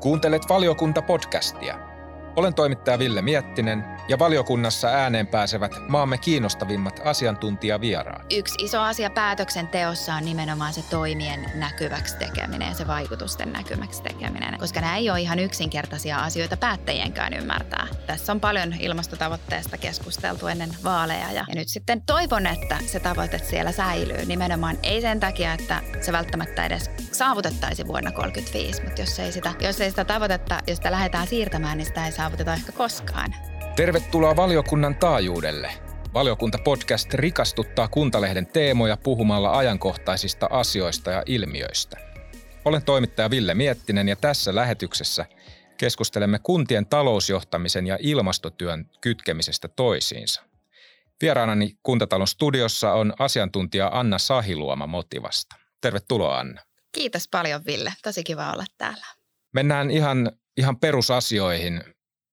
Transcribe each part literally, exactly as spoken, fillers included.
Kuuntelet Valiokunta-podcastia. Olen toimittaja Ville Miettinen ja valiokunnassa ääneen pääsevät maamme kiinnostavimmat asiantuntijavieraat. Yksi iso asia päätöksenteossa on nimenomaan se toimien näkyväksi tekeminen ja se vaikutusten näkyväksi tekeminen, koska nämä ei ole ihan yksinkertaisia asioita päättäjienkään ymmärtää. Tässä on paljon ilmastotavoitteesta keskusteltu ennen vaaleja ja, ja nyt sitten toivon, että se tavoite siellä säilyy nimenomaan ei sen takia, että se välttämättä edes saavutettaisiin vuonna kolmekymmentäviisi, mutta jos ei sitä, jos ei sitä tavoitetta, jos sitä lähdetään siirtämään, niin sitä ei saavuteta ehkä koskaan. Tervetuloa valiokunnan taajuudelle. Valiokunta-podcast rikastuttaa Kuntalehden teemoja puhumalla ajankohtaisista asioista ja ilmiöistä. Olen toimittaja Ville Miettinen ja tässä lähetyksessä keskustelemme kuntien talousjohtamisen ja ilmastotyön kytkemisestä toisiinsa. Vieraanani Kuntatalon studiossa on asiantuntija Anna Sahiluoma Motivasta. Tervetuloa, Anna. Kiitos paljon, Ville. Tosi kiva olla täällä. Mennään ihan, ihan perusasioihin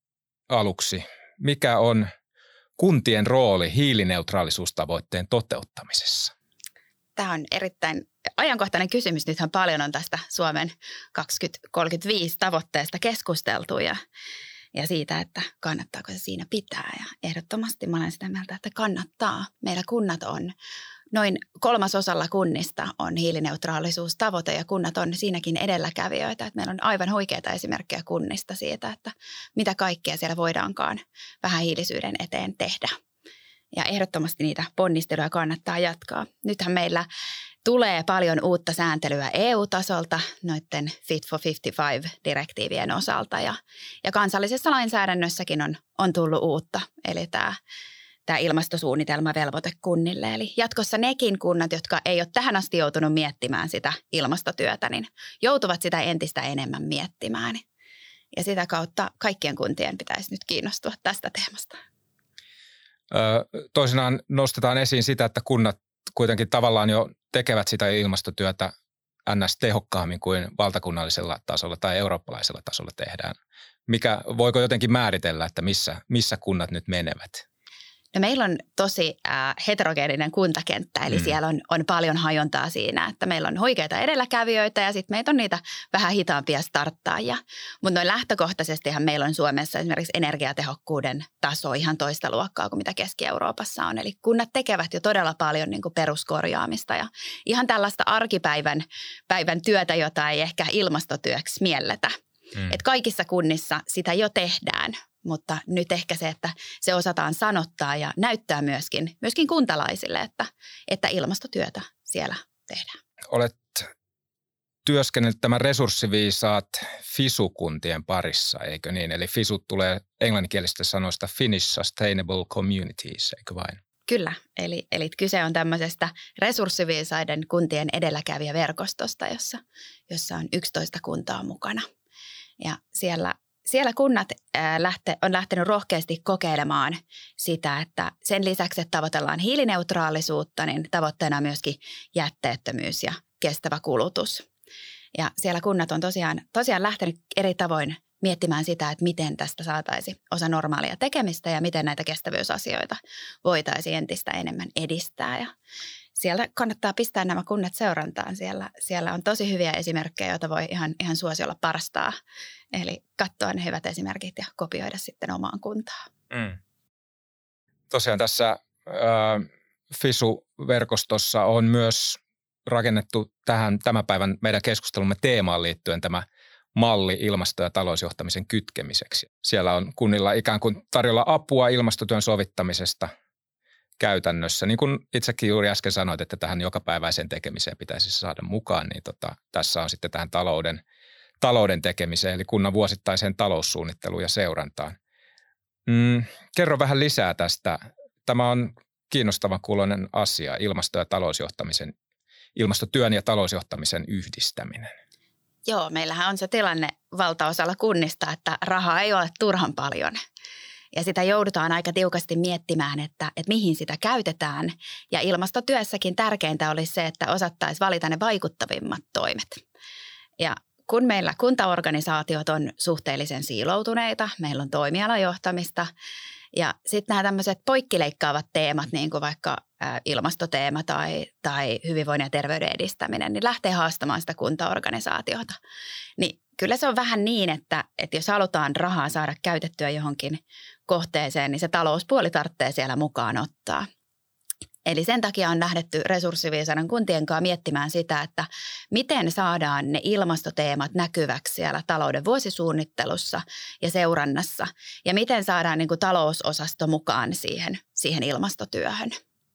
aluksi. Mikä on kuntien rooli hiilineutraalisuustavoitteen toteuttamisessa? Tämä on erittäin ajankohtainen kysymys. Nythän paljon on tästä Suomen kaksituhattakolmekymmentäviisi tavoitteesta keskusteltu ja, ja siitä, että kannattaako se siinä pitää. Ja ehdottomasti mä olen sitä mieltä, että kannattaa. Meillä kunnat on noin kolmasosalla kunnista on hiilineutraalisuustavoite ja kunnat on siinäkin edelläkävijöitä. Että meillä on aivan huikeita esimerkkejä kunnista siitä, että mitä kaikkea siellä voidaankaan vähän hiilisyyden eteen tehdä. Ja ehdottomasti niitä ponnisteluja kannattaa jatkaa. Nythän meillä tulee paljon uutta sääntelyä E U-tasolta noiden Fit for viisikymmentäviisi-direktiivien osalta ja, ja kansallisessa lainsäädännössäkin on, on tullut uutta, eli tämä Tämä ilmastosuunnitelmavelvoite kunnille. Eli jatkossa nekin kunnat, jotka ei ole tähän asti joutunut miettimään sitä ilmastotyötä, niin joutuvat sitä entistä enemmän miettimään. Ja sitä kautta kaikkien kuntien pitäisi nyt kiinnostua tästä teemasta. Ö, toisinaan nostetaan esiin sitä, että kunnat kuitenkin tavallaan jo tekevät sitä ilmastotyötä ns. Tehokkaammin kuin valtakunnallisella tasolla tai eurooppalaisella tasolla tehdään. Mikä, voiko jotenkin määritellä, että missä, missä kunnat nyt menevät? No meillä on tosi äh, heterogeeninen kuntakenttä, eli mm. siellä on, on paljon hajontaa siinä, että meillä on huikeita edelläkävijöitä ja sitten meitä on niitä vähän hitaampia starttaajia. Mutta noin lähtökohtaisestihan meillä on Suomessa esimerkiksi energiatehokkuuden taso ihan toista luokkaa kuin mitä Keski-Euroopassa on. Eli kunnat tekevät jo todella paljon niin kuin peruskorjaamista ja ihan tällaista arkipäivän päivän työtä, jota ei ehkä ilmastotyöksi mielletä. Mm. Et kaikissa kunnissa sitä jo tehdään. Mutta nyt ehkä se, että se osataan sanottaa ja näyttää myöskin, myöskin kuntalaisille, että, että ilmastotyötä siellä tehdään. Olet työskennellyt tämän resurssiviisaat FISU-kuntien parissa, eikö niin? Eli FISU tulee englanninkielisistä sanoista Finnish Sustainable Communities, eikö vain? Kyllä, eli, eli kyse on tämmöisestä resurssiviisaiden kuntien edelläkävijäverkostosta, jossa, jossa on yksitoista kuntaa mukana ja siellä Siellä kunnat lähte, on lähtenyt rohkeasti kokeilemaan sitä, että sen lisäksi, että tavoitellaan hiilineutraalisuutta, niin tavoitteena on myöskin jätteettömyys ja kestävä kulutus. Ja siellä kunnat on tosiaan, tosiaan lähtenyt eri tavoin miettimään sitä, että miten tästä saataisiin osa normaalia tekemistä ja miten näitä kestävyysasioita voitaisiin entistä enemmän edistää. Ja siellä kannattaa pistää nämä kunnat seurantaan. Siellä, siellä on tosi hyviä esimerkkejä, joita voi ihan, ihan suosiolla parastaa. Eli katsoa ne hyvät esimerkit ja kopioida sitten omaan kuntaan. Mm. Tosiaan tässä äh, FISU-verkostossa on myös rakennettu tähän tämän päivän meidän keskustelumme teemaan liittyen tämä malli ilmasto- ja talousjohtamisen kytkemiseksi. Siellä on kunnilla ikään kuin tarjolla apua ilmastotyön sovittamisesta käytännössä. Niin kuin itsekin juuri äsken sanoit, että tähän jokapäiväiseen tekemiseen pitäisi saada mukaan, niin tota, tässä on sitten tähän talouden, talouden tekemiseen, eli kunnan vuosittaiseen taloussuunnitteluun ja seurantaan. Mm, kerro vähän lisää tästä. Tämä on kiinnostavan kuuloinen asia, ilmasto- ja talousjohtamisen, ilmastotyön ja talousjohtamisen yhdistäminen. Joo, meillähän on se tilanne valtaosalla kunnista, että rahaa ei ole turhan paljon. Ja sitä joudutaan aika tiukasti miettimään, että, että mihin sitä käytetään. Ja ilmastotyössäkin tärkeintä olisi se, että osattaisiin valita ne vaikuttavimmat toimet. Ja kun meillä kuntaorganisaatiot on suhteellisen siiloutuneita, meillä on toimialajohtamista ja sitten nämä tämmöiset poikkileikkaavat teemat, niin kuin vaikka ilmastoteema tai, tai hyvinvoinnin ja terveyden edistäminen, niin lähtee haastamaan sitä kuntaorganisaatiota. Niin kyllä se on vähän niin, että, että jos halutaan rahaa saada käytettyä johonkin kohteeseen, niin se talouspuoli tarvitsee siellä mukaan ottaa. Eli sen takia on lähdetty resurssiviisauden kuntien kanssa miettimään sitä, että miten saadaan ne ilmastoteemat näkyväksi siellä talouden vuosisuunnittelussa ja seurannassa. Ja miten saadaan niin kuin talousosasto mukaan siihen, siihen ilmastotyöhön.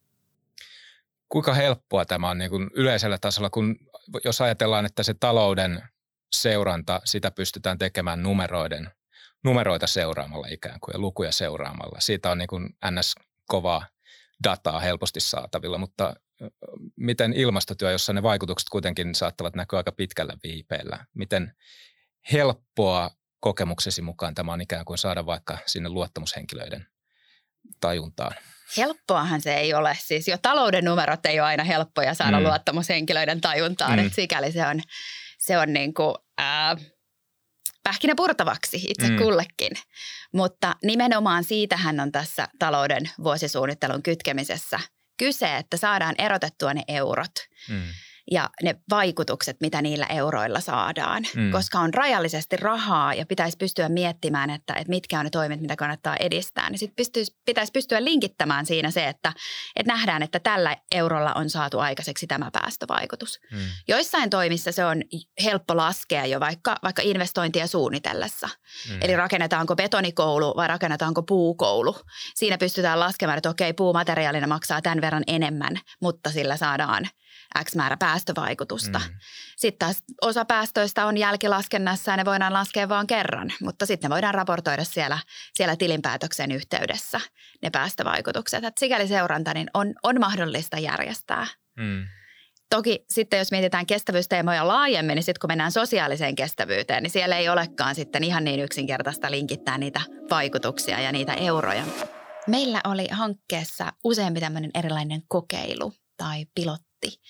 Kuinka helppoa tämä on niin kuin yleisellä tasolla, kun jos ajatellaan, että se talouden seuranta, sitä pystytään tekemään numeroiden, numeroita seuraamalla ikään kuin ja lukuja seuraamalla. Siitä on niin kuin ns. Kovaa dataa helposti saatavilla, mutta miten ilmastotyö, jossa ne vaikutukset kuitenkin saattavat näkyä aika pitkällä viipeellä, miten helppoa kokemuksesi mukaan tämä on ikään kuin saada vaikka sinne luottamushenkilöiden tajuntaan? Helppoahan se ei ole. Siis jo talouden numerot ei ole aina helppoja saada mm. luottamushenkilöiden tajuntaan, mm. että sikäli se on, se on niin kuin, ää, pähkinä purtavaksi itse mm. kullekin. Mutta nimenomaan siitähän on tässä talouden vuosisuunnittelun kytkemisessä kyse, että saadaan erotettua ne eurot. Mm. Ja ne vaikutukset, mitä niillä euroilla saadaan, mm. koska on rajallisesti rahaa ja pitäisi pystyä miettimään, että, että mitkä on ne toimet, mitä kannattaa edistää. Niin sitten pitäisi pystyä linkittämään siinä se, että, että nähdään, että tällä eurolla on saatu aikaiseksi tämä päästövaikutus. Mm. Joissain toimissa se on helppo laskea jo vaikka, vaikka investointia suunnitellessa. Mm. Eli rakennetaanko betonikoulu vai rakennetaanko puukoulu. Siinä pystytään laskemaan, että okei, puumateriaalina maksaa tämän verran enemmän, mutta sillä saadaan X määrä päästövaikutusta. Mm. Sitten taas osa päästöistä on jälkilaskennassa ja ne voidaan laskea vain kerran, mutta sitten ne voidaan raportoida siellä, siellä tilinpäätöksen yhteydessä ne päästövaikutukset. Et sikäli seuranta niin on, on mahdollista järjestää. Mm. Toki sitten jos mietitään kestävyysteemoja laajemmin, niin sitten kun mennään sosiaaliseen kestävyyteen, niin siellä ei olekaan sitten ihan niin yksinkertaista linkittää niitä vaikutuksia ja niitä euroja. Meillä oli hankkeessa useampi tämmöinen erilainen kokeilu tai pilotti.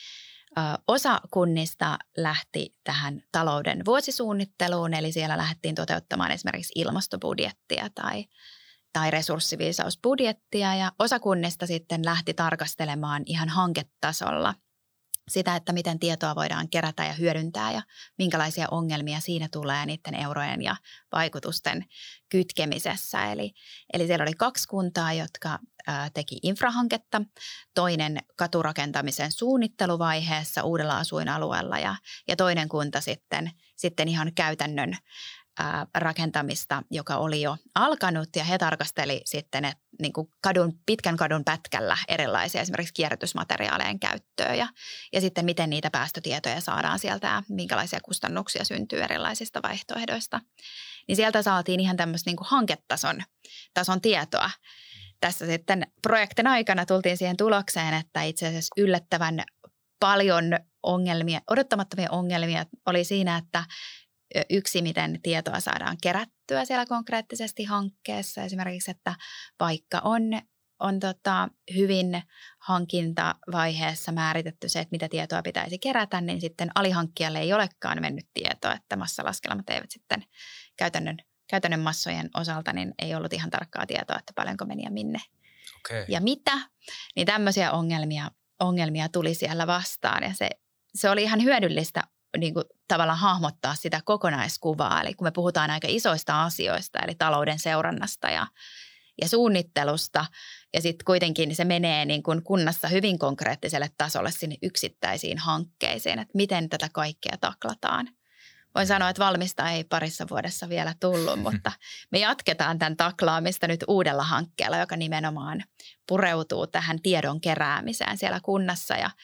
Osa kunnista lähti tähän talouden vuosisuunnitteluun, eli siellä lähdettiin toteuttamaan esimerkiksi ilmastobudjettia tai, tai resurssiviisausbudjettia, ja osa kunnista sitten lähti tarkastelemaan ihan hanketasolla sitä, että miten tietoa voidaan kerätä ja hyödyntää ja minkälaisia ongelmia siinä tulee niiden eurojen ja vaikutusten kytkemisessä. Eli, eli siellä oli kaksi kuntaa, jotka ää, teki infrahanketta, toinen katurakentamisen suunnitteluvaiheessa uudella asuinalueella ja, ja toinen kunta sitten, sitten ihan käytännön ää, rakentamista, joka oli jo alkanut, ja he tarkasteli sitten, että niin kuin kadun, pitkän kadun pätkällä erilaisia esimerkiksi kierrätysmateriaalien käyttöä ja, ja sitten miten niitä päästötietoja saadaan sieltä ja minkälaisia kustannuksia syntyy erilaisista vaihtoehdoista. Niin sieltä saatiin ihan tämmöistä niin kuin hanketason tason tietoa. Tässä sitten projektin aikana tultiin siihen tulokseen, että itse asiassa yllättävän paljon ongelmia, odottamattomia ongelmia oli siinä, että yksi, miten tietoa saadaan kerättyä siellä konkreettisesti hankkeessa. Esimerkiksi, että vaikka on, on tota hyvin hankintavaiheessa määritetty se, että mitä tietoa pitäisi kerätä, niin sitten alihankkijalle ei olekaan mennyt tietoa, että massalaskelmat eivät sitten käytännön, käytännön massojen osalta, niin ei ollut ihan tarkkaa tietoa, että paljonko meni ja minne okay. ja mitä. Niin tämmöisiä ongelmia, ongelmia tuli siellä vastaan, ja se, se oli ihan hyödyllistä niin kuin tavallaan hahmottaa sitä kokonaiskuvaa. Eli kun me puhutaan aika isoista asioista, eli talouden seurannasta ja, ja suunnittelusta, ja sitten kuitenkin se menee niin kuin kunnassa hyvin konkreettiselle tasolle sinne yksittäisiin hankkeisiin, että miten tätä kaikkea taklataan. Voin sanoa, että valmista ei parissa vuodessa vielä tullut, mutta me jatketaan tämän taklaamista nyt uudella hankkeella, joka nimenomaan pureutuu tähän tiedon keräämiseen siellä kunnassa ja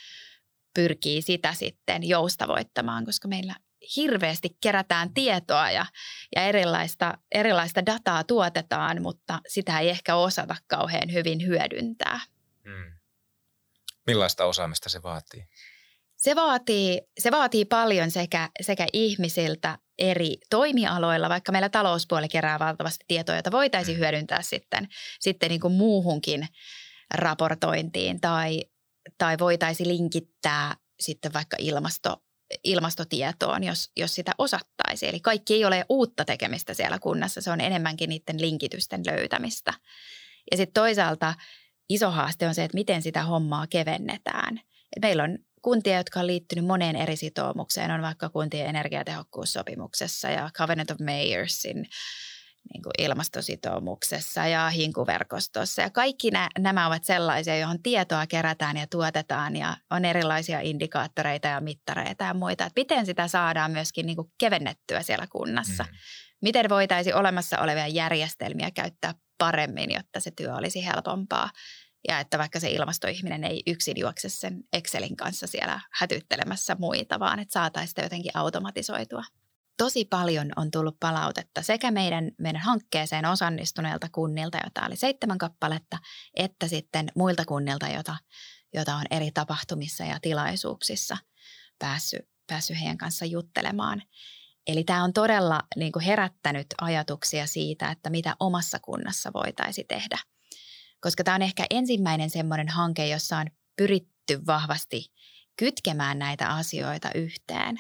pyrkii sitä sitten joustavoittamaan, koska meillä hirveästi kerätään tietoa ja, ja erilaista, erilaista dataa tuotetaan, mutta sitä ei ehkä osata kauhean hyvin hyödyntää. Hmm. Millaista osaamista se vaatii? Se vaatii, se vaatii paljon sekä, sekä ihmisiltä eri toimialoilla, vaikka meillä talouspuoli kerää valtavasti tietoa, jota voitaisiin hmm. hyödyntää sitten, sitten niin kuin muuhunkin raportointiin tai Tai voitaisiin linkittää sitten vaikka ilmasto, ilmastotietoon, jos, jos sitä osattaisiin. Eli kaikki ei ole uutta tekemistä siellä kunnassa, se on enemmänkin niiden linkitysten löytämistä. Ja sitten toisaalta iso haaste on se, että miten sitä hommaa kevennetään. Et meillä on kuntia, jotka on liittynyt moneen eri sitoumukseen. On vaikka kuntien energiatehokkuussopimuksessa ja Covenant of Mayorsin niin kuin ilmastositoumuksessa ja Hinku-verkostossa. Ja kaikki nä, nämä ovat sellaisia, johon tietoa kerätään ja tuotetaan ja on erilaisia indikaattoreita ja mittareita ja muita. Että miten sitä saadaan myöskin niin kuin kevennettyä siellä kunnassa. Mm. Miten voitaisiin olemassa olevia järjestelmiä käyttää paremmin, jotta se työ olisi helpompaa. Ja että vaikka se ilmastoihminen ei yksin juokse sen Excelin kanssa siellä hätyttelemässä muita, vaan että saataisiin sitä jotenkin automatisoitua. Tosi paljon on tullut palautetta sekä meidän, meidän hankkeeseen osallistuneilta kunnilta, joita oli seitsemän kappaletta, että sitten muilta kunnilta, jota, jota on eri tapahtumissa ja tilaisuuksissa päässyt, päässyt heidän kanssa juttelemaan. Eli tämä on todella niin kuin herättänyt ajatuksia siitä, että mitä omassa kunnassa voitaisiin tehdä. Koska tämä on ehkä ensimmäinen semmoinen hanke, jossa on pyritty vahvasti kytkemään näitä asioita yhteen.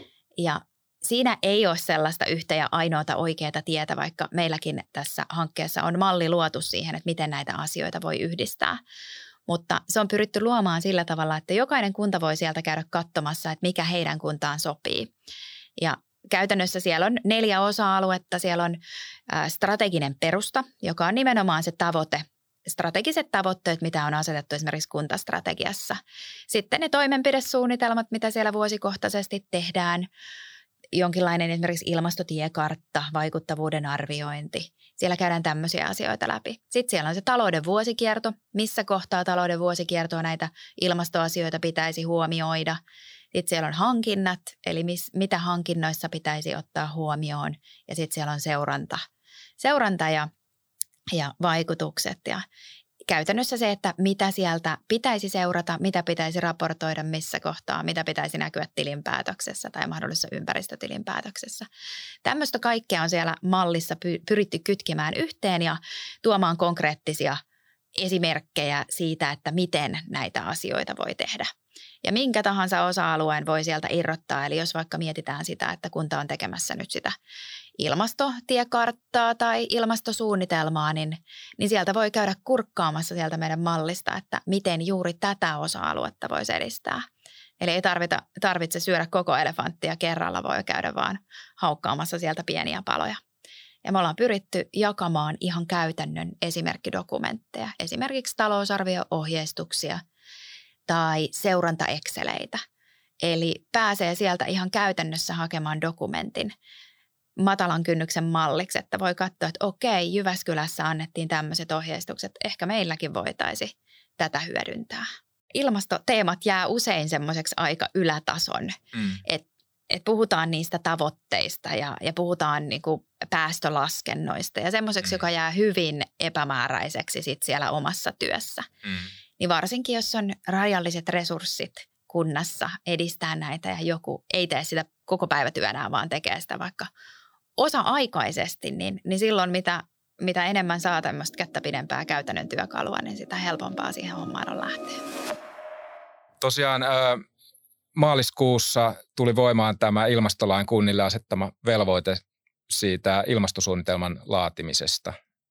Ja siinä ei ole sellaista yhtä ja ainoata oikeaa tietä, vaikka meilläkin tässä hankkeessa on malli luotu siihen, että miten näitä asioita voi yhdistää. Mutta se on pyritty luomaan sillä tavalla, että jokainen kunta voi sieltä käydä katsomassa, että mikä heidän kuntaan sopii. Ja käytännössä siellä on neljä osa-aluetta. Siellä on strateginen perusta, joka on nimenomaan se tavoite, strategiset tavoitteet, mitä on asetettu esimerkiksi kuntastrategiassa. Sitten ne toimenpidesuunnitelmat, mitä siellä vuosikohtaisesti tehdään. Jonkinlainen esimerkiksi ilmastotiekartta, vaikuttavuuden arviointi. Siellä käydään tämmöisiä asioita läpi. Sitten siellä on se talouden vuosikierto. Missä kohtaa talouden vuosikiertoa näitä ilmastoasioita pitäisi huomioida. Sitten siellä on hankinnat, eli mis, mitä hankinnoissa pitäisi ottaa huomioon. Ja sitten siellä on seuranta, seuranta ja, ja vaikutukset. Ja käytännössä se, että mitä sieltä pitäisi seurata, mitä pitäisi raportoida missä kohtaa, mitä pitäisi näkyä tilinpäätöksessä tai mahdollisessa ympäristötilinpäätöksessä. Tämmöistä kaikkea on siellä mallissa pyritty kytkemään yhteen ja tuomaan konkreettisia esimerkkejä siitä, että miten näitä asioita voi tehdä. Ja minkä tahansa osa-alueen voi sieltä irrottaa, eli jos vaikka mietitään sitä, että kunta on tekemässä nyt sitä ilmastotiekarttaa tai ilmastosuunnitelmaa, niin, niin sieltä voi käydä kurkkaamassa sieltä meidän mallista, että miten juuri tätä osa-aluetta voisi edistää. Eli ei tarvita, tarvitse syödä koko elefanttia kerralla, voi käydä vaan haukkaamassa sieltä pieniä paloja. Ja me ollaan pyritty jakamaan ihan käytännön esimerkkidokumentteja, esimerkiksi talousarvio-ohjeistuksia tai seuranta-exceleitä. Eli pääsee sieltä ihan käytännössä hakemaan dokumentin matalan kynnyksen malliksi, että voi katsoa, että okei, Jyväskylässä annettiin tämmöiset ohjeistukset, ehkä meilläkin voitaisiin tätä hyödyntää. Ilmastoteemat jää usein semmoiseksi aika ylätason, mm. että et puhutaan niistä tavoitteista ja, ja puhutaan niinku päästölaskennoista ja semmoiseksi, mm. joka jää hyvin epämääräiseksi sit siellä omassa työssä. Mm. Niin varsinkin, jos on rajalliset resurssit kunnassa edistää näitä ja joku ei tee sitä koko päivätyönään, vaan tekee sitä vaikka osa-aikaisesti, niin, niin silloin mitä, mitä enemmän saa tämmöistä kättä pidempää käytännön työkalua, niin sitä helpompaa siihen hommaan on lähteä. Tosiaan äh, maaliskuussa tuli voimaan tämä ilmastolain kunnille asettama velvoite siitä ilmastosuunnitelman laatimisesta.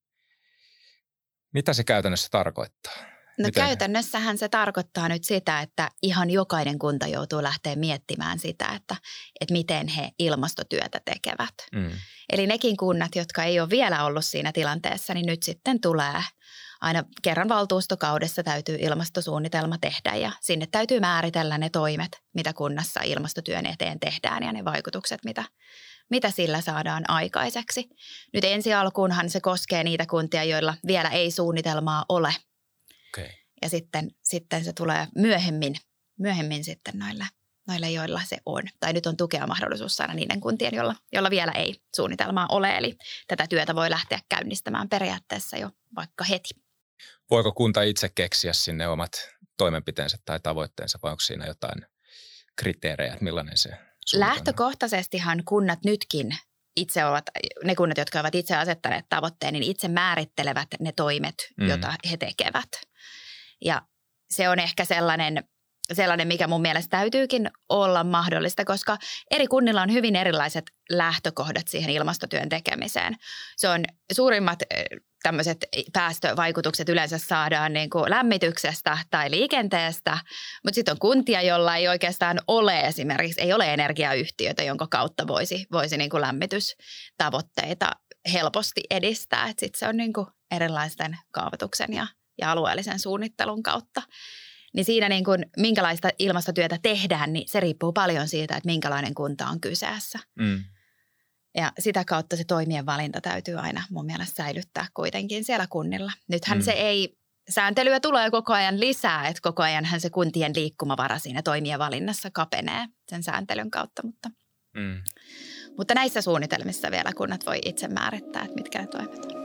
Mitä se käytännössä tarkoittaa? No Miten? Käytännössähän se tarkoittaa nyt sitä, että ihan jokainen kunta joutuu lähteä miettimään sitä, että, että miten he ilmastotyötä tekevät. Mm. Eli nekin kunnat, jotka ei ole vielä ollut siinä tilanteessa, niin nyt sitten tulee aina kerran valtuustokaudessa täytyy ilmastosuunnitelma tehdä ja sinne täytyy määritellä ne toimet, mitä kunnassa ilmastotyön eteen tehdään ja ne vaikutukset, mitä, mitä sillä saadaan aikaiseksi. Nyt ensi alkuunhan se koskee niitä kuntia, joilla vielä ei suunnitelmaa ole. Okay. Ja sitten, sitten se tulee myöhemmin, myöhemmin sitten noille, noille, joilla se on. Tai nyt on tukea mahdollisuus saada niiden kuntien, joilla, joilla vielä ei suunnitelmaa ole. Eli tätä työtä voi lähteä käynnistämään periaatteessa jo vaikka heti. Voiko kunta itse keksiä sinne omat toimenpiteensä tai tavoitteensa vai onko siinä jotain kriteerejä, että millainen se suunnitelma? Lähtökohtaisestihan kunnat nytkin itse ovat, ne kunnat, jotka ovat itse asettaneet tavoitteen, niin itse määrittelevät ne toimet, mm. joita he tekevät. Ja se on ehkä sellainen, sellainen, mikä mun mielestä täytyykin olla mahdollista, koska eri kunnilla on hyvin erilaiset lähtökohdat siihen ilmastotyön tekemiseen. Se on suurimmat tämmöiset päästövaikutukset yleensä saadaan niin kuin lämmityksestä tai liikenteestä, mutta sitten on kuntia, joilla ei oikeastaan ole esimerkiksi, ei ole energiayhtiötä, jonka kautta voisi, voisi niin kuin lämmitystavoitteita helposti edistää. Sitten se on niin kuin erilaisten kaavoituksen ja, ja alueellisen suunnittelun kautta. Niin siinä niin kuin, minkälaista ilmastotyötä tehdään, niin se riippuu paljon siitä, että minkälainen kunta on kyseessä. Mm. Ja sitä kautta se toimien valinta täytyy aina mun mielestä säilyttää kuitenkin siellä kunnilla. Nythän mm. se ei, sääntelyä tulee koko ajan lisää, että koko ajanhan se kuntien liikkumavara siinä toimien valinnassa kapenee sen sääntelyn kautta. Mutta, mm. mutta näissä suunnitelmissa vielä kunnat voi itse määrittää, että mitkä ne toimet on.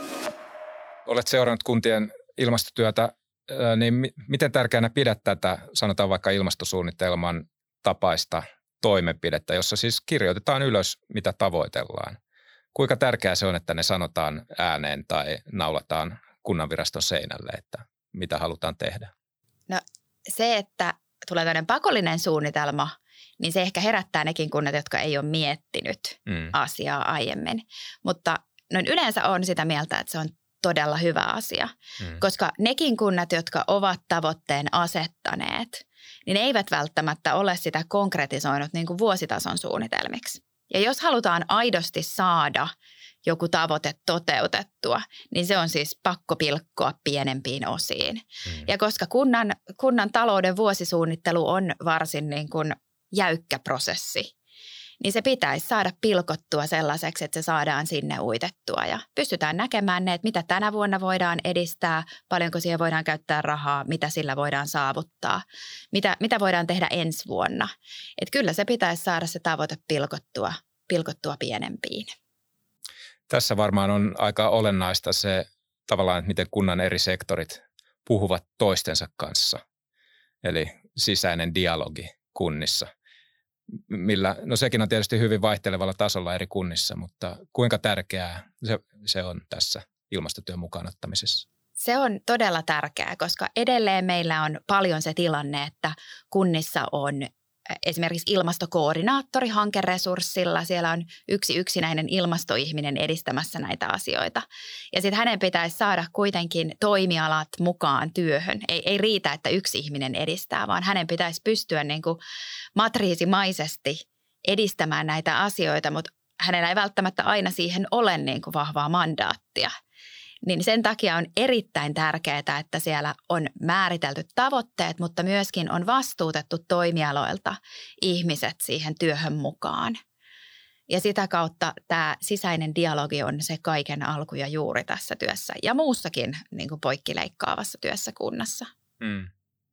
Olet seurannut kuntien ilmastotyötä, niin miten tärkeänä pidät tätä, sanotaan vaikka ilmastosuunnitelman tapaista toimenpidettä, jossa siis kirjoitetaan ylös, mitä tavoitellaan. Kuinka tärkeää se on, että ne sanotaan ääneen tai naulataan kunnanviraston seinälle, että mitä halutaan tehdä? No se, että tulee tämmöinen pakollinen suunnitelma, niin se ehkä herättää nekin kunnat, jotka ei ole miettinyt mm. asiaa aiemmin. Mutta noin yleensä on sitä mieltä, että se on todella hyvä asia, mm. koska nekin kunnat, jotka ovat tavoitteen asettaneet, niin ne eivät välttämättä ole sitä konkretisoinut niin kuin vuositason suunnitelmiksi. Ja jos halutaan aidosti saada joku tavoite toteutettua, niin se on siis pakko pilkkoa pienempiin osiin. Mm. Ja koska kunnan, kunnan talouden vuosisuunnittelu on varsin niin kuin jäykkä prosessi, niin se pitäisi saada pilkottua sellaiseksi, että se saadaan sinne uitettua ja pystytään näkemään ne, että mitä tänä vuonna voidaan edistää, paljonko siihen voidaan käyttää rahaa, mitä sillä voidaan saavuttaa, mitä, mitä voidaan tehdä ensi vuonna. Että kyllä se pitäisi saada se tavoite pilkottua, pilkottua pienempiin. Tässä varmaan on aika olennaista se tavallaan, että miten kunnan eri sektorit puhuvat toistensa kanssa, eli sisäinen dialogi kunnissa. Millä, no sekin on tietysti hyvin vaihtelevalla tasolla eri kunnissa, mutta kuinka tärkeää se, se on tässä ilmastotyön mukaan ottamisessa? Se on todella tärkeää, koska edelleen meillä on paljon se tilanne, että kunnissa on esimerkiksi ilmastokoordinaattori hankeresurssilla. Siellä on yksi yksinäinen ilmastoihminen edistämässä näitä asioita. Ja sitten hänen pitäisi saada kuitenkin toimialat mukaan työhön. Ei, ei riitä, että yksi ihminen edistää, vaan hänen pitäisi pystyä niin kuin matriisimaisesti edistämään näitä asioita, mutta hänellä ei välttämättä aina siihen ole niin kuin vahvaa mandaattia. Niin sen takia on erittäin tärkeää, että siellä on määritelty tavoitteet, mutta myöskin on vastuutettu toimialoilta ihmiset siihen työhön mukaan. Ja sitä kautta tämä sisäinen dialogi on se kaiken alku ja juuri tässä työssä ja muussakin niin kuin poikkileikkaavassa työssä kunnassa. Hmm.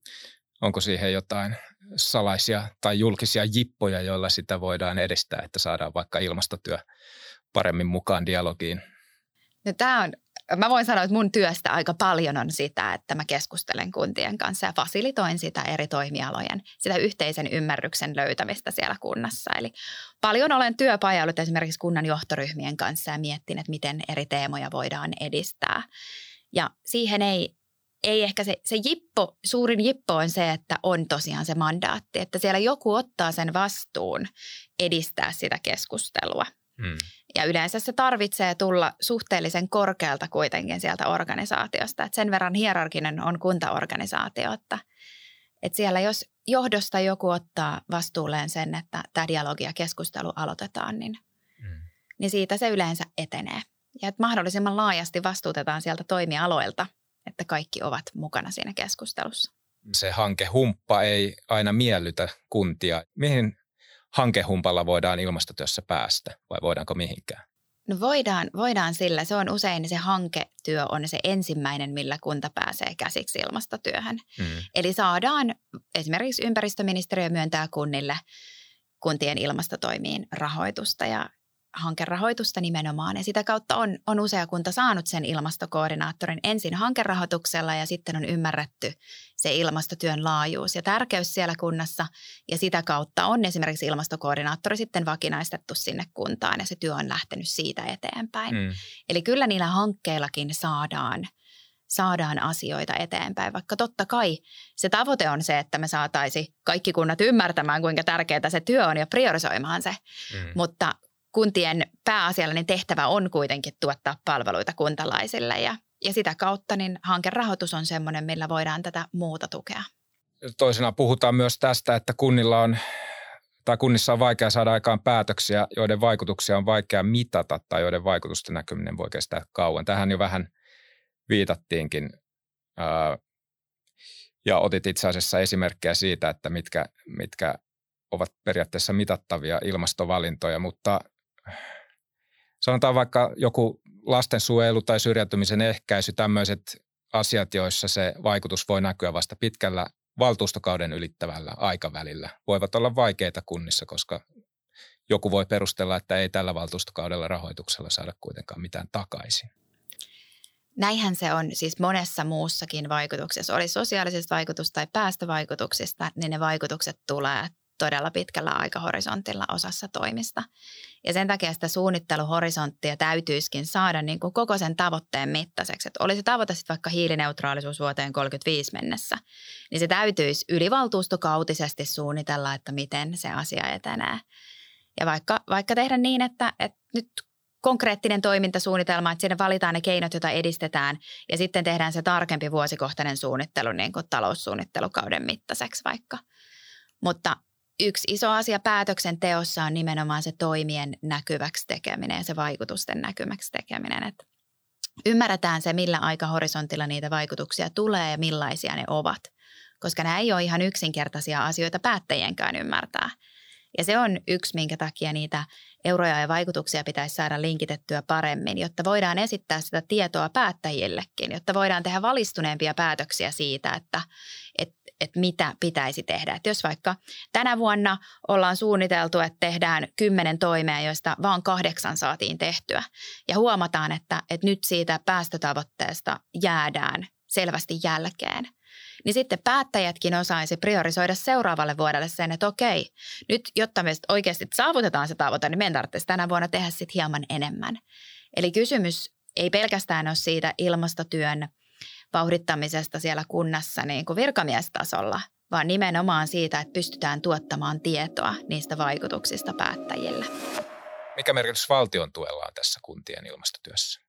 Onko siihen jotain salaisia tai julkisia jippoja, joilla sitä voidaan edistää, että saadaan vaikka ilmastotyö paremmin mukaan dialogiin? No tämä on... Mä voin sanoa, että mun työstä aika paljon on sitä, että mä keskustelen kuntien kanssa ja fasilitoin sitä eri toimialojen, sitä yhteisen ymmärryksen löytämistä siellä kunnassa. Eli paljon olen työpajaillut esimerkiksi kunnan johtoryhmien kanssa ja miettinyt, että miten eri teemoja voidaan edistää. Ja siihen ei, ei ehkä se, se jippo, suurin jippo on se, että on tosiaan se mandaatti, että siellä joku ottaa sen vastuun edistää sitä keskustelua. Hmm. Ja yleensä se tarvitsee tulla suhteellisen korkealta kuitenkin sieltä organisaatiosta. Et sen verran hierarkinen on kuntaorganisaatio, että, että siellä jos johdosta joku ottaa vastuulleen sen, että tämä dialogi ja keskustelu aloitetaan, niin, mm. niin siitä se yleensä etenee. Ja että mahdollisimman laajasti vastuutetaan sieltä toimialoilta, että kaikki ovat mukana siinä keskustelussa. Se hankehumppa ei aina miellytä kuntia. Mihin hankehumpalla voidaan ilmastotyössä päästä vai voidaanko mihinkään? No voidaan, voidaan sillä. Se on usein se hanketyö on se ensimmäinen, millä kunta pääsee käsiksi ilmastotyöhön. Mm. Eli saadaan esimerkiksi ympäristöministeriö myöntää kunnille kuntien ilmastotoimiin rahoitusta ja hankerahoitusta nimenomaan. Ja sitä kautta on, on usea kunta saanut sen ilmastokoordinaattorin ensin hankerahoituksella ja sitten on ymmärretty se ilmastotyön laajuus ja tärkeys siellä kunnassa. Ja sitä kautta on esimerkiksi ilmastokoordinaattori sitten vakinaistettu sinne kuntaan ja se työ on lähtenyt siitä eteenpäin. Mm. Eli kyllä niillä hankkeillakin saadaan, saadaan asioita eteenpäin, vaikka totta kai se tavoite on se, että me saataisiin kaikki kunnat ymmärtämään, kuinka tärkeää se työ on ja priorisoimaan se. Mm. Mutta kuntien pääasiallinen tehtävä on kuitenkin tuottaa palveluita kuntalaisille ja, ja sitä kautta niin hankerahoitus on semmoinen, millä voidaan tätä muuta tukea. Toisena puhutaan myös tästä, että kunnilla on, tai kunnissa on vaikea saada aikaan päätöksiä, joiden vaikutuksia on vaikea mitata tai joiden vaikutusten näkyminen voi kestää kauan. Tähän jo vähän viitattiinkin ää, ja otit itse asiassa esimerkkejä siitä, että mitkä, mitkä ovat periaatteessa mitattavia ilmastovalintoja, mutta sanotaan vaikka joku lastensuojelu tai syrjäytymisen ehkäisy, tämmöiset asiat, joissa se vaikutus voi näkyä vasta pitkällä valtuustokauden ylittävällä aikavälillä, voivat olla vaikeita kunnissa, koska joku voi perustella, että ei tällä valtuustokaudella rahoituksella saada kuitenkaan mitään takaisin. Näinhän se on siis monessa muussakin vaikutuksessa. Oli sosiaalisista vaikutuksista tai päästövaikutuksista, niin ne vaikutukset tulee todella pitkällä aikahorisontilla osassa toimista. Ja sen takia sitä suunnitteluhorisonttia täytyisikin saada niin kuin koko sen tavoitteen mittaiseksi. Että olisi tavoite sitten vaikka hiilineutraalisuus vuoteen kolmekymmentäviisi mennessä, niin se täytyisi ylivaltuustokautisesti suunnitella, että miten se asia etenee. Ja vaikka, vaikka tehdä niin, että, että nyt konkreettinen toimintasuunnitelma, että siinä valitaan ne keinot, joita edistetään ja sitten tehdään se tarkempi vuosikohtainen suunnittelu niin kuin taloussuunnittelukauden mittaiseksi vaikka. Mutta yksi iso asia päätöksenteossa on nimenomaan se toimien näkyväksi tekeminen ja se vaikutusten näkyväksi tekeminen. Että ymmärretään se, millä aikahorisontilla niitä vaikutuksia tulee ja millaisia ne ovat, koska nämä ei ole ihan yksinkertaisia asioita päättäjienkään ymmärtää. Ja se on yksi, minkä takia niitä euroja ja vaikutuksia pitäisi saada linkitettyä paremmin, jotta voidaan esittää sitä tietoa päättäjillekin, jotta voidaan tehdä valistuneempia päätöksiä siitä, että et, et mitä pitäisi tehdä. Et jos vaikka tänä vuonna ollaan suunniteltu, että tehdään kymmenen toimea, joista vaan kahdeksan saatiin tehtyä ja huomataan, että, että nyt siitä päästötavoitteesta jäädään selvästi jälkeen, niin sitten päättäjätkin osaisi priorisoida seuraavalle vuodelle sen, että okei, nyt jotta me oikeasti saavutetaan se tavoite, niin meidän tarvitsisi tänä vuonna tehdä sitten hieman enemmän. Eli kysymys ei pelkästään ole siitä ilmastotyön vauhdittamisesta siellä kunnassa niin kuin virkamiestasolla, vaan nimenomaan siitä, että pystytään tuottamaan tietoa niistä vaikutuksista päättäjille. Mikä merkitys valtion tuella on tässä kuntien ilmastotyössä?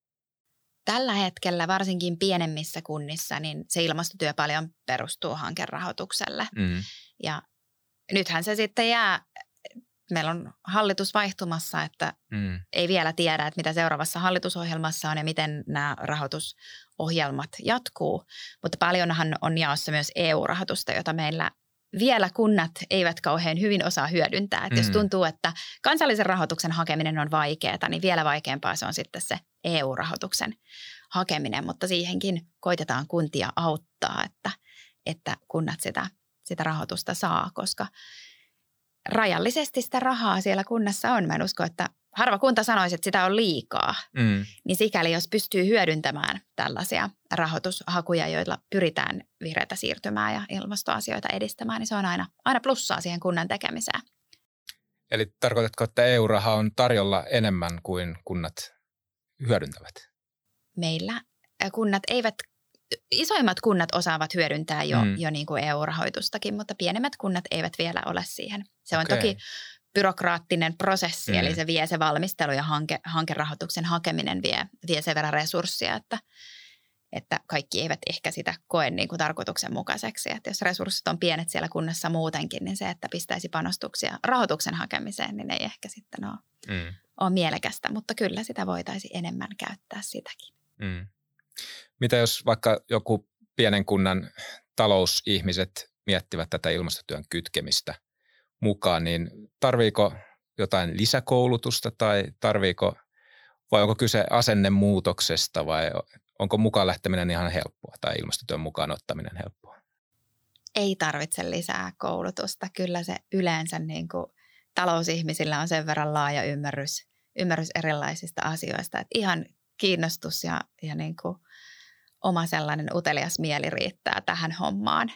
Tällä hetkellä varsinkin pienemmissä kunnissa niin se ilmastotyö paljon perustuu hankerahoitukselle. Mm. Ja nythän se sitten jää, meillä on hallitus vaihtumassa, että mm. ei vielä tiedä, että mitä seuraavassa hallitusohjelmassa on ja miten nämä rahoitusohjelmat jatkuu. Mutta paljonhan on jaossa myös E U-rahoitusta, jota meillä vielä kunnat eivät kauhean hyvin osaa hyödyntää. Että mm. jos tuntuu, että kansallisen rahoituksen hakeminen on vaikeaa, niin vielä vaikeampaa se on sitten se E U-rahoituksen hakeminen, mutta siihenkin koitetaan kuntia auttaa, että, että kunnat sitä, sitä rahoitusta saa, koska rajallisesti sitä rahaa siellä kunnassa on. Mä en usko, että harva kunta sanoisi, että sitä on liikaa, mm. niin sikäli jos pystyy hyödyntämään tällaisia rahoitushakuja, joilla pyritään vihreätä siirtymää ja ilmastoasioita edistämään, niin se on aina, aina plussaa siihen kunnan tekemiseen. Eli tarkoitatko, että E U-raha on tarjolla enemmän kuin kunnat hyödyntävät? Meillä kunnat eivät, isoimmat kunnat osaavat hyödyntää jo, mm. jo niin kuin E U-rahoitustakin, mutta pienemmät kunnat eivät vielä ole siihen. Se on okay. Toki byrokraattinen prosessi, mm. eli se vie se valmistelu ja hanke, hankerahoituksen hakeminen vie, vie sen verran resursseja, että, että kaikki eivät ehkä sitä koe niin kuin tarkoituksenmukaiseksi. Että jos resurssit on pienet siellä kunnassa muutenkin, niin se, että pistäisi panostuksia rahoituksen hakemiseen, niin ei ehkä sitten ole, mm. ole mielekästä, mutta kyllä sitä voitaisiin enemmän käyttää sitäkin. Mm. Mitä jos vaikka joku pienen kunnan talousihmiset miettivät tätä ilmastotyön kytkemistä mukaan, niin tarviiko jotain lisäkoulutusta tai tarviiko, vai onko kyse asennemuutoksesta vai onko mukaan lähteminen ihan helppoa tai ilmastotyön mukaan ottaminen helppoa? Ei tarvitse lisää koulutusta. Kyllä se yleensä niin kuin talousihmisillä on sen verran laaja ymmärrys, ymmärrys erilaisista asioista, että ihan kiinnostus ja, ja niin kuin oma sellainen utelias mieli riittää tähän hommaan.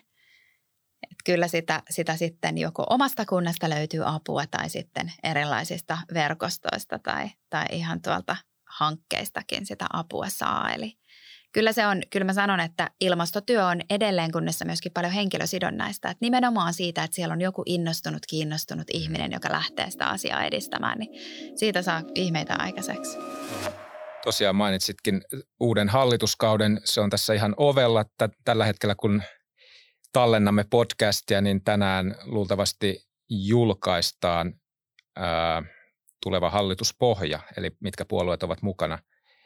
Et kyllä sitä, sitä sitten joko omasta kunnasta löytyy apua tai sitten erilaisista verkostoista tai, tai ihan tuolta hankkeistakin sitä apua saa. Eli kyllä se on, kyllä mä sanon, että ilmastotyö on edelleen kunnissa myöskin paljon henkilösidonnaista. Että nimenomaan siitä, että siellä on joku innostunut, kiinnostunut ihminen, joka lähtee sitä asiaa edistämään, niin siitä saa ihmeitä aikaiseksi. Tosiaan mainitsitkin uuden hallituskauden, se on tässä ihan ovella. Tällä hetkellä, kun tallennamme podcastia, niin tänään luultavasti julkaistaan ää, tuleva hallituspohja, eli mitkä puolueet ovat mukana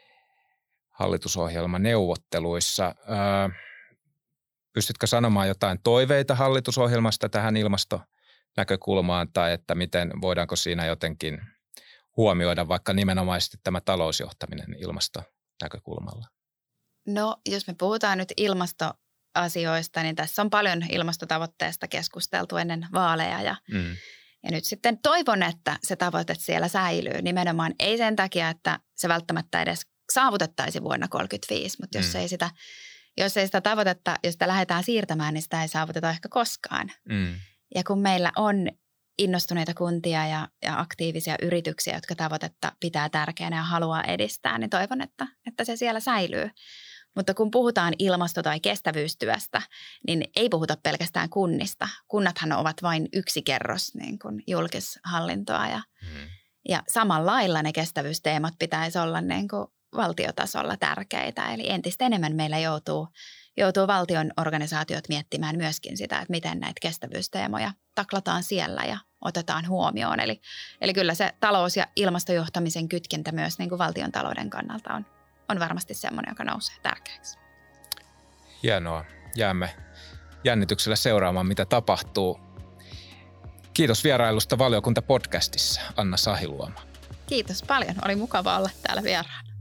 hallitusohjelmaneuvotteluissa. Ää, pystytkö sanomaan jotain toiveita hallitusohjelmasta tähän ilmastonäkökulmaan, tai että miten voidaanko siinä jotenkin huomioida vaikka nimenomaisesti tämä talousjohtaminen ilmastonäkökulmalla? No, jos me puhutaan nyt ilmastoasioista, niin tässä on paljon ilmastotavoitteesta keskusteltu ennen vaaleja ja mm. Ja nyt sitten toivon, että se tavoite siellä säilyy nimenomaan ei sen takia, että se välttämättä edes saavutettaisiin vuonna kolmekymmentäviisi, mutta jos, mm. ei sitä, jos ei sitä tavoitetta, jos sitä lähdetään siirtämään, niin sitä ei saavuteta ehkä koskaan. Mm. Ja kun meillä on innostuneita kuntia ja, ja aktiivisia yrityksiä, jotka tavoitetta pitää tärkeänä ja haluaa edistää, niin toivon, että, että se siellä säilyy. Mutta kun puhutaan ilmasto- tai kestävyystyöstä, niin ei puhuta pelkästään kunnista. Kunnathan ovat vain yksi kerros niin kuin julkishallintoa ja, mm. ja samalla lailla ne kestävyysteemat pitäisi olla niin kuin valtiotasolla tärkeitä. Eli entistä enemmän meillä joutuu, joutuu valtion organisaatiot miettimään myöskin sitä, että miten näitä kestävyysteemoja taklataan siellä ja otetaan huomioon. Eli, eli kyllä se talous- ja ilmastojohtamisen kytkentä myös niin kuin valtion talouden kannalta on. on varmasti semmoinen, joka nousee tärkeäksi. Hienoa. Jäämme jännityksellä seuraamaan, mitä tapahtuu. Kiitos vierailusta Valiokunta-podcastissa, Anna Sahiluoma. Kiitos paljon. Oli mukava olla täällä vieraana.